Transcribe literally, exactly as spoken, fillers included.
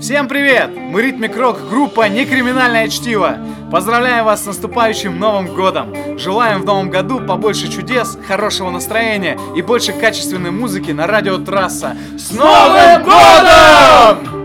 Всем привет! Мы Ритмик Рок, группа «Некриминальное чтиво». Поздравляем вас с наступающим Новым Годом! Желаем в Новом году побольше чудес, хорошего настроения и больше качественной музыки на радио Трасса. С Новым Годом!